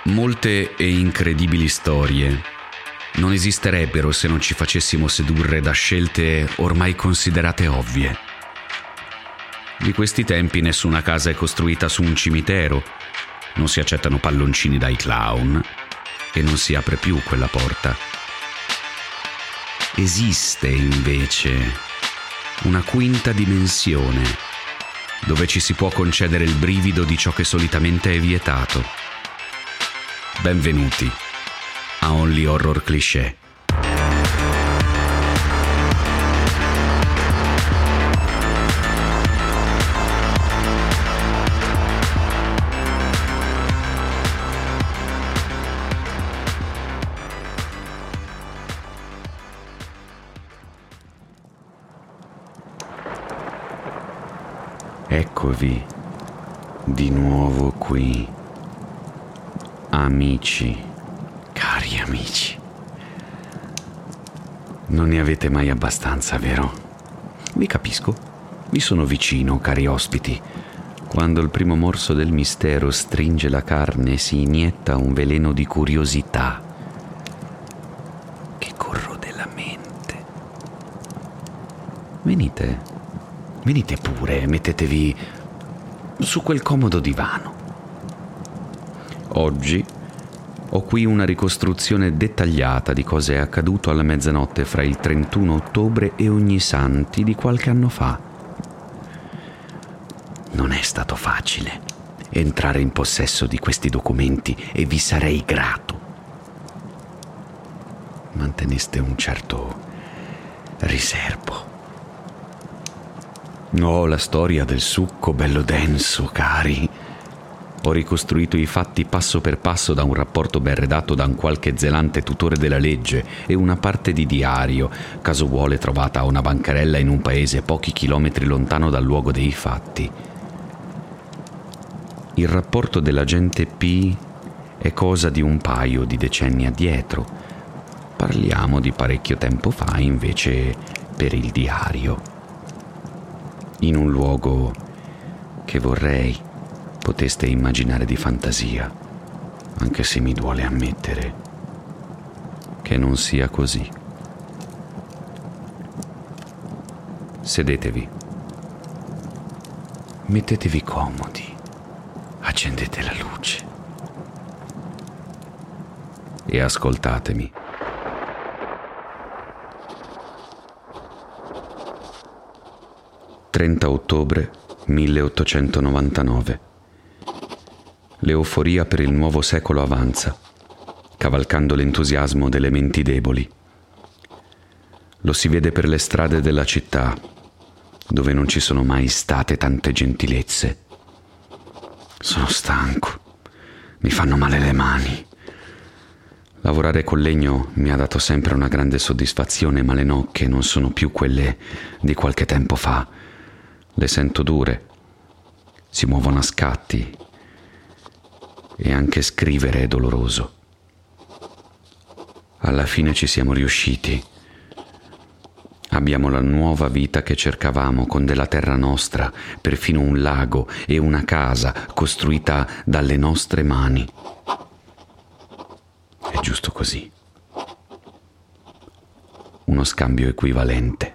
Molte e incredibili storie non esisterebbero se non ci facessimo sedurre da scelte ormai considerate ovvie. Di questi tempi nessuna casa è costruita su un cimitero, non si accettano palloncini dai clown e non si apre più quella porta. Esiste invece una quinta dimensione dove ci si può concedere il brivido di ciò che solitamente è vietato. Benvenuti a Only Horror Cliché. Eccovi di nuovo qui, amici, cari amici. Non ne avete mai abbastanza, vero? Vi capisco, vi sono vicino, cari ospiti. Quando il primo morso del mistero stringe la carne e si inietta un veleno di curiosità che corrode la mente. Venite pure, mettetevi su quel comodo divano. Oggi ho qui una ricostruzione dettagliata di cosa è accaduto alla mezzanotte fra il 31 ottobre e Ognissanti di qualche anno fa. Non è stato facile entrare in possesso di questi documenti e vi sarei grato. Manteneste un certo riserbo. Oh, la storia del succo bello denso, cari. Ho ricostruito i fatti passo per passo da un rapporto ben redatto da un qualche zelante tutore della legge e una parte di diario, caso vuole trovata a una bancarella in un paese pochi chilometri lontano dal luogo dei fatti. Il rapporto dell'agente P è cosa di un paio di decenni addietro. Parliamo di parecchio tempo fa, invece, per il diario. In un luogo che vorrei poteste immaginare di fantasia, anche se mi duole ammettere che non sia così. Sedetevi, mettetevi comodi, accendete la luce e ascoltatemi. «30 ottobre 1899. L'euforia per il nuovo secolo avanza, cavalcando l'entusiasmo delle menti deboli. Lo si vede per le strade della città, dove non ci sono mai state tante gentilezze. Sono stanco, mi fanno male le mani. Lavorare col legno mi ha dato sempre una grande soddisfazione, ma le nocche non sono più quelle di qualche tempo fa. Le sento dure, si muovono a scatti e anche scrivere è doloroso. Alla fine ci siamo riusciti. Abbiamo la nuova vita che cercavamo, con della terra nostra, perfino un lago e una casa costruita dalle nostre mani. È giusto così. Uno scambio equivalente.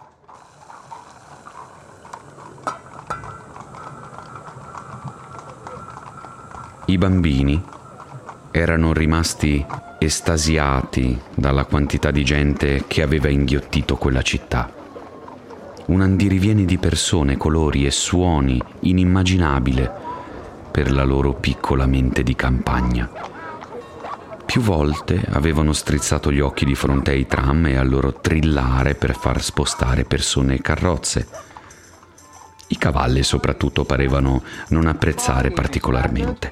I bambini erano rimasti estasiati dalla quantità di gente che aveva inghiottito quella città. Un andirivieni di persone, colori e suoni inimmaginabile per la loro piccola mente di campagna. Più volte avevano strizzato gli occhi di fronte ai tram e al loro trillare per far spostare persone e carrozze. I cavalli soprattutto parevano non apprezzare particolarmente.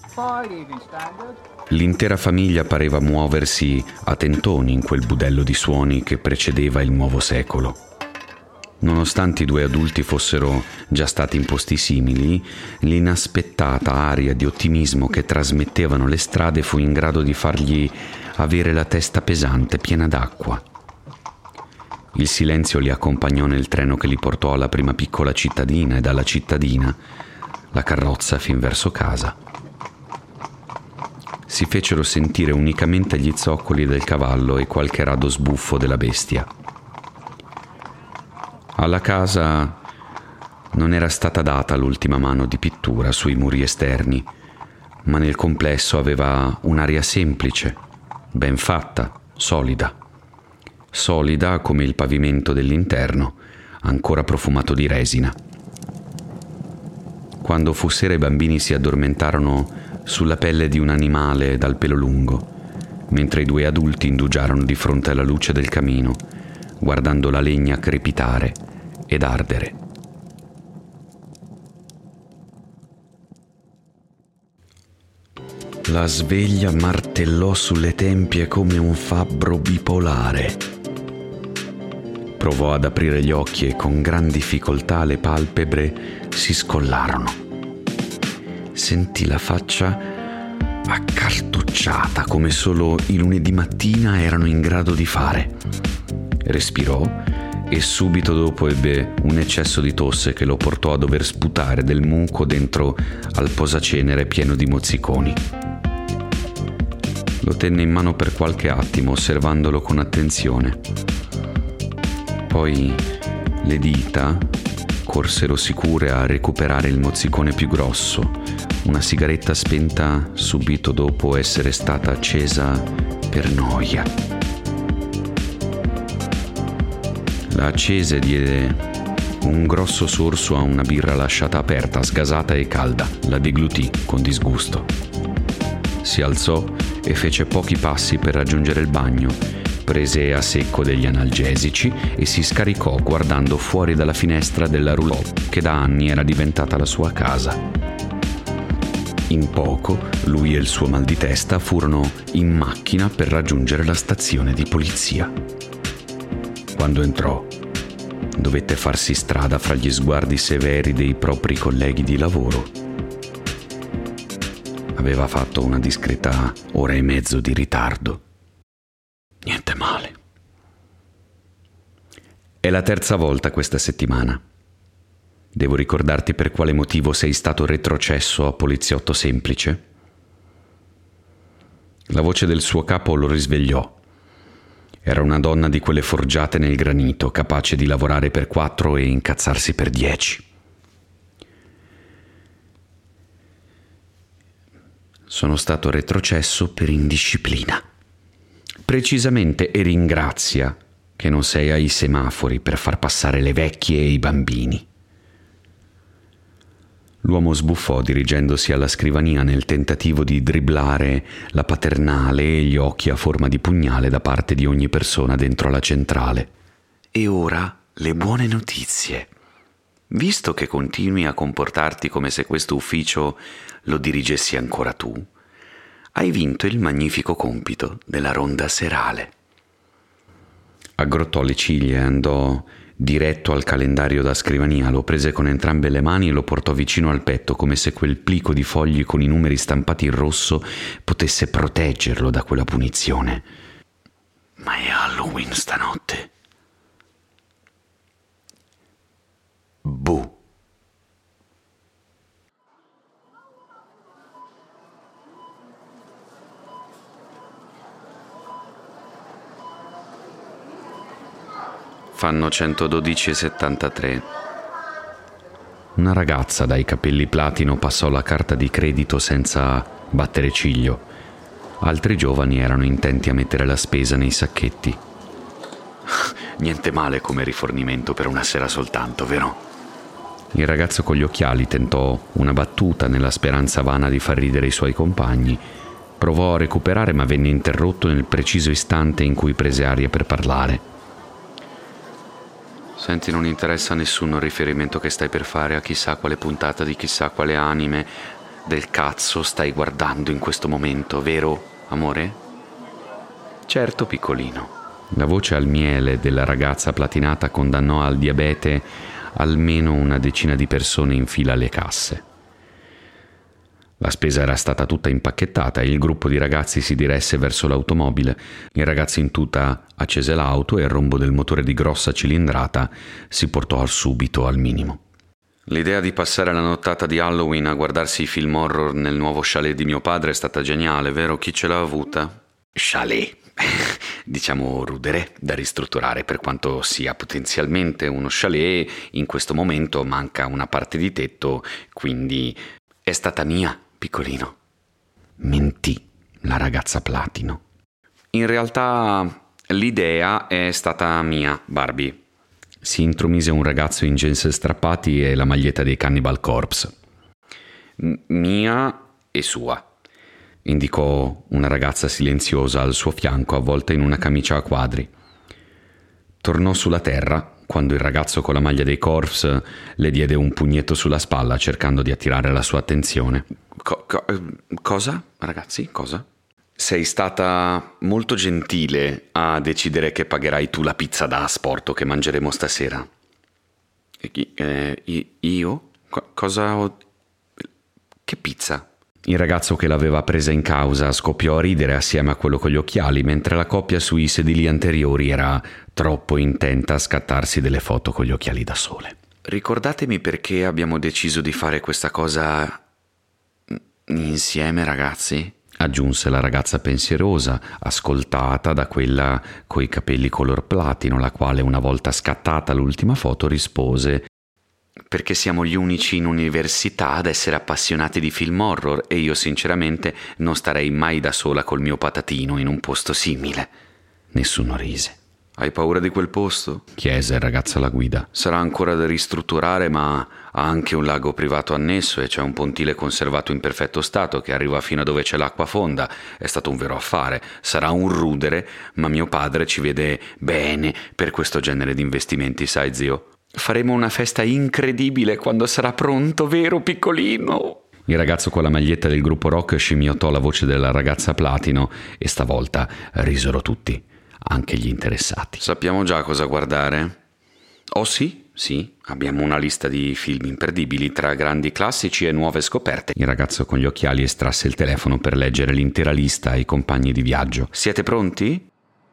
L'intera famiglia pareva muoversi a tentoni in quel budello di suoni che precedeva il nuovo secolo. Nonostante i due adulti fossero già stati in posti simili, l'inaspettata aria di ottimismo che trasmettevano le strade fu in grado di fargli avere la testa pesante, piena d'acqua. Il silenzio li accompagnò nel treno che li portò alla prima piccola cittadina e dalla cittadina la carrozza fin verso casa. fecero sentire unicamente gli zoccoli del cavallo e qualche rado sbuffo della bestia. Alla casa non era stata data l'ultima mano di pittura sui muri esterni, ma nel complesso aveva un'aria semplice, ben fatta, solida come il pavimento dell'interno, ancora profumato di resina. Quando fu sera i bambini si addormentarono sulla pelle di un animale dal pelo lungo, mentre i due adulti indugiarono di fronte alla luce del camino, guardando la legna crepitare ed ardere. La sveglia martellò sulle tempie come un fabbro bipolare. Provò ad aprire gli occhi e con gran difficoltà le palpebre si scollarono. Sentì la faccia accartocciata come solo i lunedì mattina erano in grado di fare. Respirò e subito dopo ebbe un eccesso di tosse che lo portò a dover sputare del muco dentro al posacenere pieno di mozziconi. Lo tenne in mano per qualche attimo, osservandolo con attenzione. Poi le dita corsero sicure a recuperare il mozzicone più grosso, una sigaretta spenta subito dopo essere stata accesa per noia. La accese e diede un grosso sorso a una birra lasciata aperta, sgasata e calda. La deglutì con disgusto. Si alzò e fece pochi passi per raggiungere il bagno, prese a secco degli analgesici e si scaricò guardando fuori dalla finestra della roulotte che da anni era diventata la sua casa. In poco lui e il suo mal di testa furono in macchina per raggiungere la stazione di polizia. Quando entrò, dovette farsi strada fra gli sguardi severi dei propri colleghi di lavoro. Aveva fatto una discreta ora e mezzo di ritardo. Niente male. È la terza volta questa settimana. Devo ricordarti per quale motivo sei stato retrocesso a poliziotto semplice? La voce del suo capo lo risvegliò. Era una donna di quelle forgiate nel granito, capace di lavorare per 4 e incazzarsi per 10. Sono stato retrocesso per indisciplina. Precisamente, e ringrazia che non sei ai semafori per far passare le vecchie e i bambini. L'uomo sbuffò dirigendosi alla scrivania nel tentativo di dribblare la paternale e gli occhi a forma di pugnale da parte di ogni persona dentro la centrale. E ora le buone notizie. Visto che continui a comportarti come se questo ufficio lo dirigessi ancora tu, hai vinto il magnifico compito della ronda serale. Aggrottò le ciglia e andò diretto al calendario da scrivania, lo prese con entrambe le mani e lo portò vicino al petto, come se quel plico di fogli con i numeri stampati in rosso potesse proteggerlo da quella punizione. Ma è Halloween stanotte. Buh. Fanno 112,73. Una ragazza dai capelli platino passò la carta di credito senza battere ciglio. Altri giovani erano intenti a mettere la spesa nei sacchetti. Niente male come rifornimento per una sera soltanto, vero? Il ragazzo con gli occhiali tentò una battuta nella speranza vana di far ridere i suoi compagni. Provò a recuperare ma venne interrotto nel preciso istante in cui prese aria per parlare. Senti, non interessa a nessuno il riferimento che stai per fare a chissà quale puntata di chissà quale anime del cazzo stai guardando in questo momento, vero, amore? Certo, piccolino. La voce al miele della ragazza platinata condannò al diabete almeno una decina di persone in fila alle casse. La spesa era stata tutta impacchettata e il gruppo di ragazzi si diresse verso l'automobile. Il ragazzo in tuta accese l'auto e il rombo del motore di grossa cilindrata si portò subito al minimo. L'idea di passare la nottata di Halloween a guardarsi i film horror nel nuovo chalet di mio padre è stata geniale, vero? Chi ce l'ha avuta? Chalet. Diciamo rudere, da ristrutturare, per quanto sia potenzialmente uno chalet. In questo momento manca una parte di tetto, quindi è stata mia, piccolino. Mentì la ragazza Platino. In realtà l'idea è stata mia, Barbie. Si intromise un ragazzo in jeans strappati e la maglietta dei Cannibal Corpse. Mia e sua. Indicò una ragazza silenziosa al suo fianco, avvolta in una camicia a quadri. Tornò sulla terra quando il ragazzo con la maglia dei Corpse le diede un pugnetto sulla spalla cercando di attirare la sua attenzione. Cosa, ragazzi? Cosa? Sei stata molto gentile a decidere che pagherai tu la pizza da asporto che mangeremo stasera. Io? Cosa ho... Che pizza? Il ragazzo che l'aveva presa in causa scoppiò a ridere assieme a quello con gli occhiali, mentre la coppia sui sedili anteriori era troppo intenta a scattarsi delle foto con gli occhiali da sole. Ricordatemi perché abbiamo deciso di fare questa cosa insieme, ragazzi? Aggiunse la ragazza pensierosa, ascoltata da quella coi capelli color platino, la quale, una volta scattata l'ultima foto, rispose: perché siamo gli unici in università ad essere appassionati di film horror e io sinceramente non starei mai da sola col mio patatino in un posto simile. Nessuno rise. Hai paura di quel posto? Chiese il ragazzo alla guida. Sarà ancora da ristrutturare, ma ha anche un lago privato annesso e c'è un pontile conservato in perfetto stato che arriva fino a dove c'è l'acqua fonda. È stato un vero affare. Sarà un rudere, ma mio padre ci vede bene per questo genere di investimenti, sai, zio? Faremo una festa incredibile quando sarà pronto, vero, piccolino? Il ragazzo con la maglietta del gruppo rock scimmiottò la voce della ragazza Platino e stavolta risero tutti, anche gli interessati. Sappiamo già cosa guardare? Oh sì, abbiamo una lista di film imperdibili tra grandi classici e nuove scoperte. Il ragazzo con gli occhiali estrasse il telefono per leggere l'intera lista ai compagni di viaggio. Siete pronti?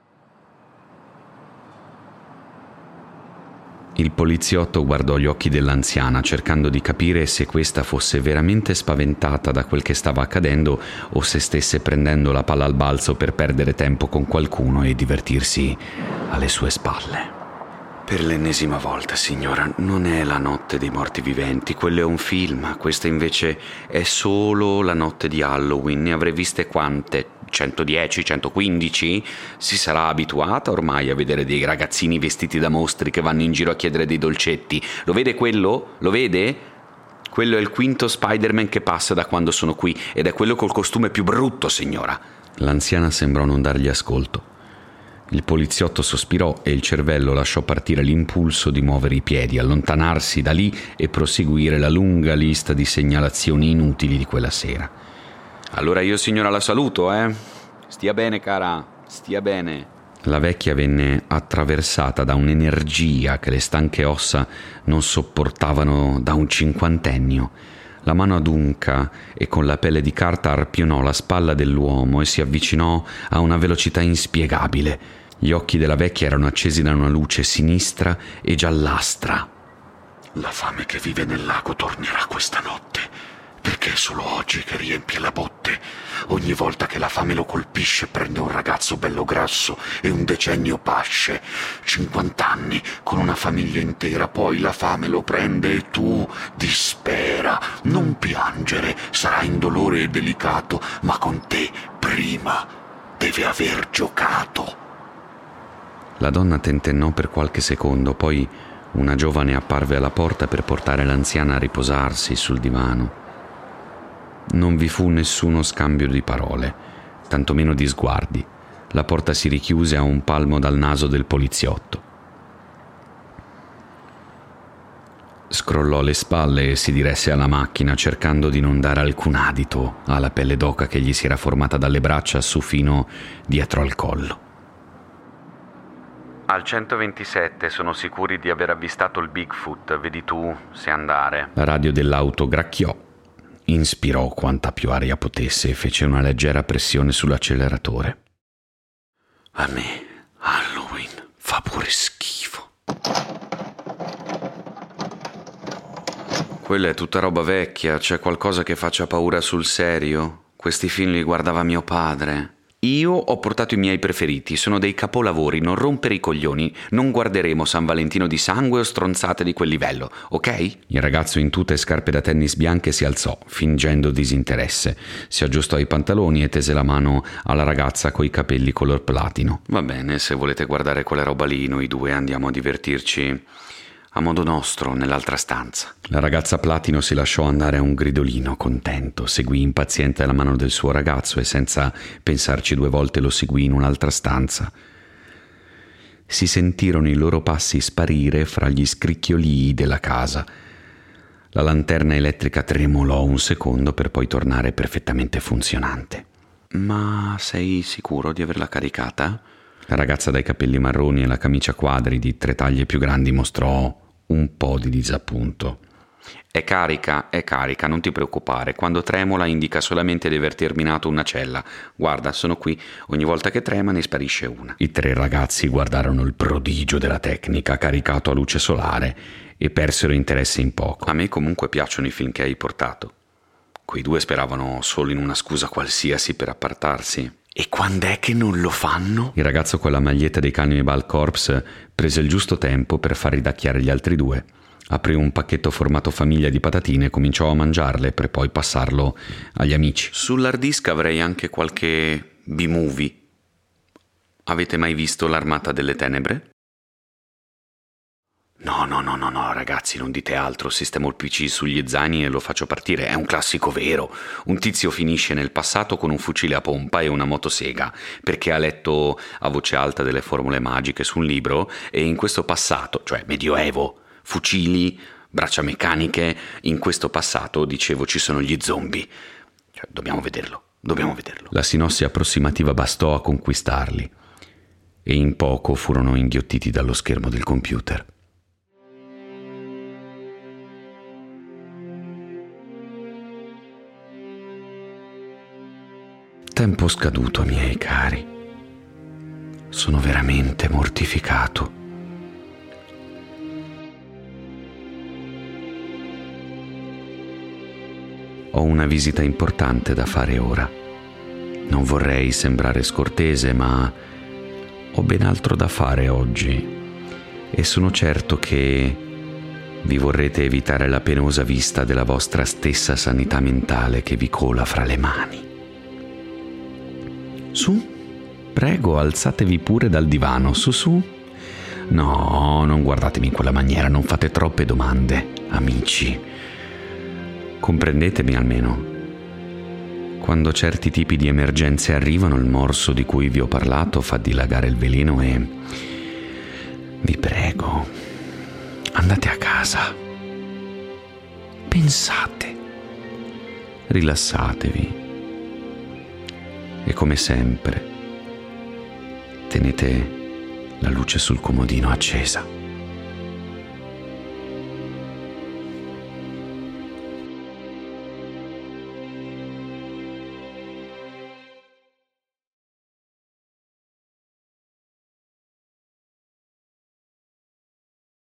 Il poliziotto guardò gli occhi dell'anziana cercando di capire se questa fosse veramente spaventata da quel che stava accadendo o se stesse prendendo la palla al balzo per perdere tempo con qualcuno e divertirsi alle sue spalle. Per l'ennesima volta, signora, non è la notte dei morti viventi, quello è un film, questa invece è solo la notte di Halloween. Ne avrei viste quante? 110, 115? Si sarà abituata ormai a vedere dei ragazzini vestiti da mostri che vanno in giro a chiedere dei dolcetti. Lo vede quello? Lo vede? Quello è il quinto Spider-Man che passa da quando sono qui ed è quello col costume più brutto, signora. L'anziana sembrò non dargli ascolto. Il poliziotto sospirò e il cervello lasciò partire l'impulso di muovere i piedi, allontanarsi da lì e proseguire la lunga lista di segnalazioni inutili di quella sera. Allora io, signora, la saluto, Stia bene, cara, stia bene. La vecchia venne attraversata da un'energia che le stanche ossa non sopportavano da un cinquantennio. La mano adunca e con la pelle di carta arpionò la spalla dell'uomo e si avvicinò a una velocità inspiegabile. Gli occhi della vecchia erano accesi da una luce sinistra e giallastra. La fame che vive nel lago tornerà questa notte, perché è solo oggi che riempie la botte. Ogni volta che la fame lo colpisce prende un ragazzo bello grasso e un decennio pasce. 50 anni con una famiglia intera, poi la fame lo prende e tu dispera. Non piangere, sarà indolore e delicato, ma con te prima deve aver giocato. La donna tentennò per qualche secondo, poi una giovane apparve alla porta per portare l'anziana a riposarsi sul divano. Non vi fu nessuno scambio di parole, tantomeno di sguardi. La porta si richiuse a un palmo dal naso del poliziotto. Scrollò le spalle e si diresse alla macchina, cercando di non dare alcun adito alla pelle d'oca che gli si era formata dalle braccia su fino dietro al collo. Al 127 sono sicuri di aver avvistato il Bigfoot, vedi tu se andare. La radio dell'auto gracchiò. Inspirò quanta più aria potesse e fece una leggera pressione sull'acceleratore. A me Halloween fa pure schifo. quella è tutta roba vecchia. C'è qualcosa che faccia paura sul serio? Questi film li guardava mio padre. Io ho portato i miei preferiti, sono dei capolavori, non rompere i coglioni, non guarderemo San Valentino di sangue o stronzate di quel livello, ok? Il ragazzo in tuta e scarpe da tennis bianche si alzò, fingendo disinteresse. Si aggiustò i pantaloni e tese la mano alla ragazza coi capelli color platino. Va bene, se volete guardare quella roba lì, noi due andiamo a divertirci a modo nostro, nell'altra stanza. La ragazza platino si lasciò andare a un gridolino contento, seguì impaziente la mano del suo ragazzo e senza pensarci 2 volte lo seguì in un'altra stanza. Si sentirono i loro passi sparire fra gli scricchiolii della casa. La lanterna elettrica tremolò un secondo per poi tornare perfettamente funzionante. Ma sei sicuro di averla caricata? La ragazza dai capelli marroni e la camicia a quadri di 3 taglie più grandi mostrò un po' di disappunto. È carica, non ti preoccupare. Quando tremola indica solamente di aver terminato una cella. Guarda, sono qui. Ogni volta che trema ne sparisce una. I 3 ragazzi guardarono il prodigio della tecnica caricato a luce solare e persero interesse in poco. A me comunque piacciono i film che hai portato. Quei 2 speravano solo in una scusa qualsiasi per appartarsi. E quando è che non lo fanno? Il ragazzo con la maglietta dei Cannibal Corpse prese il giusto tempo per far ridacchiare gli altri 2. Aprì un pacchetto formato famiglia di patatine e cominciò a mangiarle per poi passarlo agli amici. Sull'hard disk avrei anche qualche B-movie. Avete mai visto L'Armata delle Tenebre? No, ragazzi, non dite altro. Sistemo il PC sugli zaini e lo faccio partire. È un classico vero. Un tizio finisce nel passato con un fucile a pompa e una motosega, perché ha letto a voce alta delle formule magiche su un libro e in questo passato, cioè medioevo, fucili, braccia meccaniche, in questo passato, dicevo, ci sono gli zombie. Cioè, dobbiamo vederlo. La sinossi approssimativa bastò a conquistarli e in poco furono inghiottiti dallo schermo del computer. Tempo scaduto, miei cari. Sono veramente mortificato. Ho una visita importante da fare ora. Non vorrei sembrare scortese, ma ho ben altro da fare oggi e sono certo che vi vorrete evitare la penosa vista della vostra stessa sanità mentale che vi cola fra le mani. Su, prego, alzatevi pure dal divano, su. No, non guardatemi in quella maniera, non fate troppe domande, amici. Comprendetemi almeno. Quando certi tipi di emergenze arrivano, il morso di cui vi ho parlato fa dilagare il veleno e... vi prego, andate a casa. Pensate. Rilassatevi. E come sempre, tenete la luce sul comodino accesa.